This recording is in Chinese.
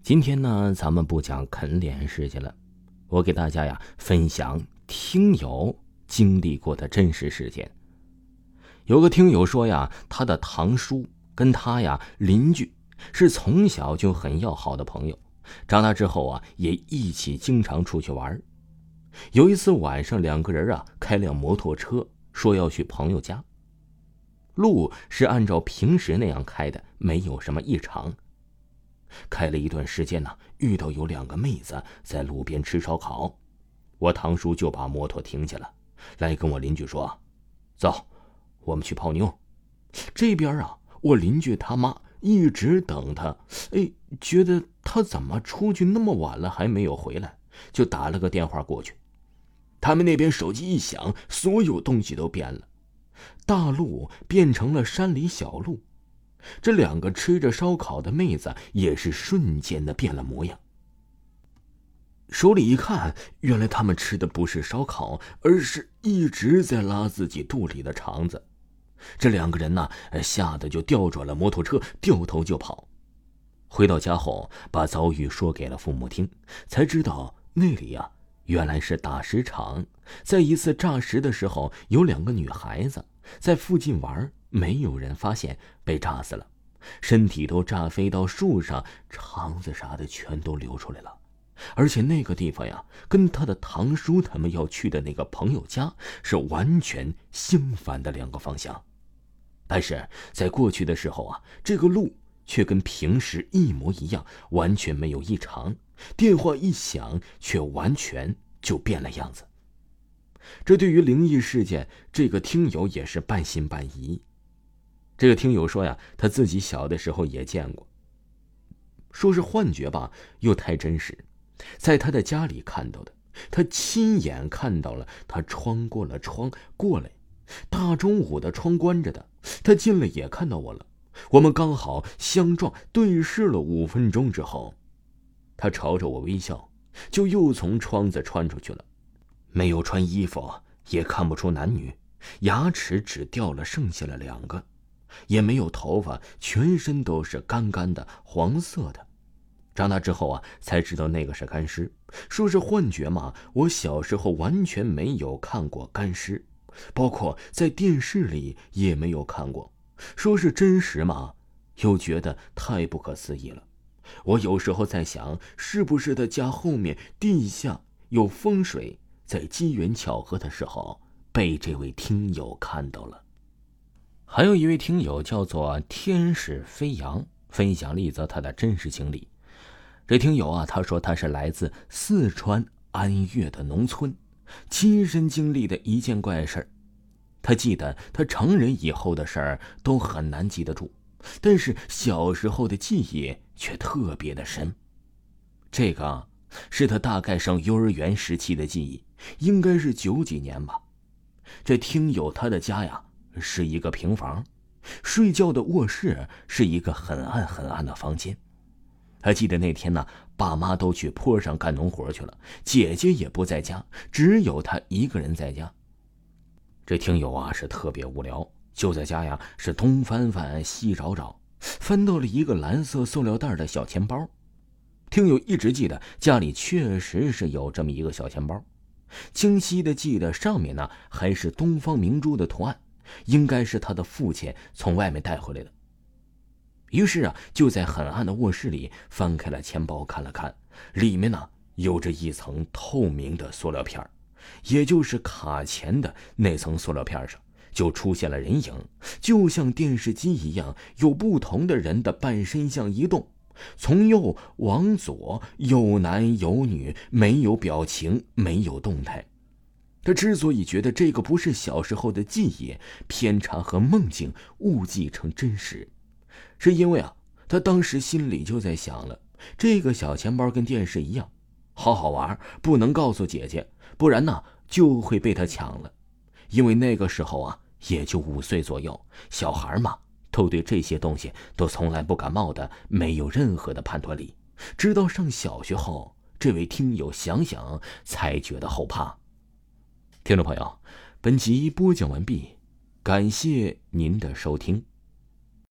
今天呢，咱们不讲啃脸事情了，我给大家分享听友经历过的真实事件。有个听友说他的堂叔跟他邻居是从小就很要好的朋友，长大之后也一起经常出去玩。有一次晚上，两个人开辆摩托车，说要去朋友家。路是按照平时那样开的，没有什么异常。开了一段时间遇到有两个妹子在路边吃烧烤，我堂叔就把摩托停下了，来跟我邻居说：“走，我们去泡妞。”这边我邻居他妈一直等他，觉得他怎么出去那么晚了还没有回来，就打了个电话过去。他们那边手机一响，所有东西都变了，大路变成了山里小路。这两个吃着烧烤的妹子也是瞬间的变了模样。手里一看，原来他们吃的不是烧烤，而是一直在拉自己肚里的肠子。这两个人吓得就调转了摩托车，掉头就跑。回到家后，把遭遇说给了父母听，才知道那里原来是打石场。在一次炸石的时候，有两个女孩子在附近玩，没有人发现，被炸死了，身体都炸飞到树上，肠子啥的全都流出来了。而且那个地方跟他的堂叔他们要去的那个朋友家是完全相反的两个方向。但是在过去的时候这个路却跟平时一模一样，完全没有异常，电话一响却完全就变了样子。这对于灵异事件，这个听友也是半信半疑。这个听友说他自己小的时候也见过，说是幻觉吧，又太真实。在他的家里看到的，他亲眼看到了，他穿过了窗过来，大中午的窗关着的，他进来也看到我了，我们刚好相撞，对视了5分钟之后，他朝着我微笑，就又从窗子穿出去了。没有穿衣服，也看不出男女，牙齿只掉了剩下了2个，也没有头发，全身都是干干的黄色的。长大之后才知道那个是干尸。说是幻觉嘛，我小时候完全没有看过干尸，包括在电视里也没有看过。说是真实嘛，又觉得太不可思议了。我有时候在想，是不是他家后面地下有风水，在机缘巧合的时候被这位听友看到了。还有一位听友叫做天使飞扬，分享了一则他的真实经历。这听友他说他是来自四川安岳的农村，亲身经历的一件怪事儿。他记得他成人以后的事儿都很难记得住，但是小时候的记忆却特别的深。这个是他大概上幼儿园时期的记忆，应该是90几年吧。这听友他的家是一个平房，睡觉的卧室是一个很暗很暗的房间。还记得那天爸妈都去坡上干农活去了，姐姐也不在家，只有他一个人在家。这听友是特别无聊，就在家是东翻翻西找找，翻到了一个蓝色塑料袋的小钱包。听友一直记得家里确实是有这么一个小钱包，清晰的记得上面还是东方明珠的图案，应该是他的父亲从外面带回来的。于是就在很暗的卧室里翻开了钱包看了看，里面有着一层透明的塑料片，也就是卡钱的那层塑料片上就出现了人影，就像电视机一样，有不同的人的半身像移动，从右往左，有男有女，没有表情，没有动态。他之所以觉得这个不是小时候的记忆，偏差和梦境误记成真实，是因为他当时心里就在想了，这个小钱包跟电视一样，好好玩，不能告诉姐姐，不然就会被他抢了。因为那个时候也就5岁左右，小孩嘛，都对这些东西都从来不感冒的，没有任何的判断力。直到上小学后，这位听友想想才觉得后怕。听众朋友，本集播讲完毕，感谢您的收听。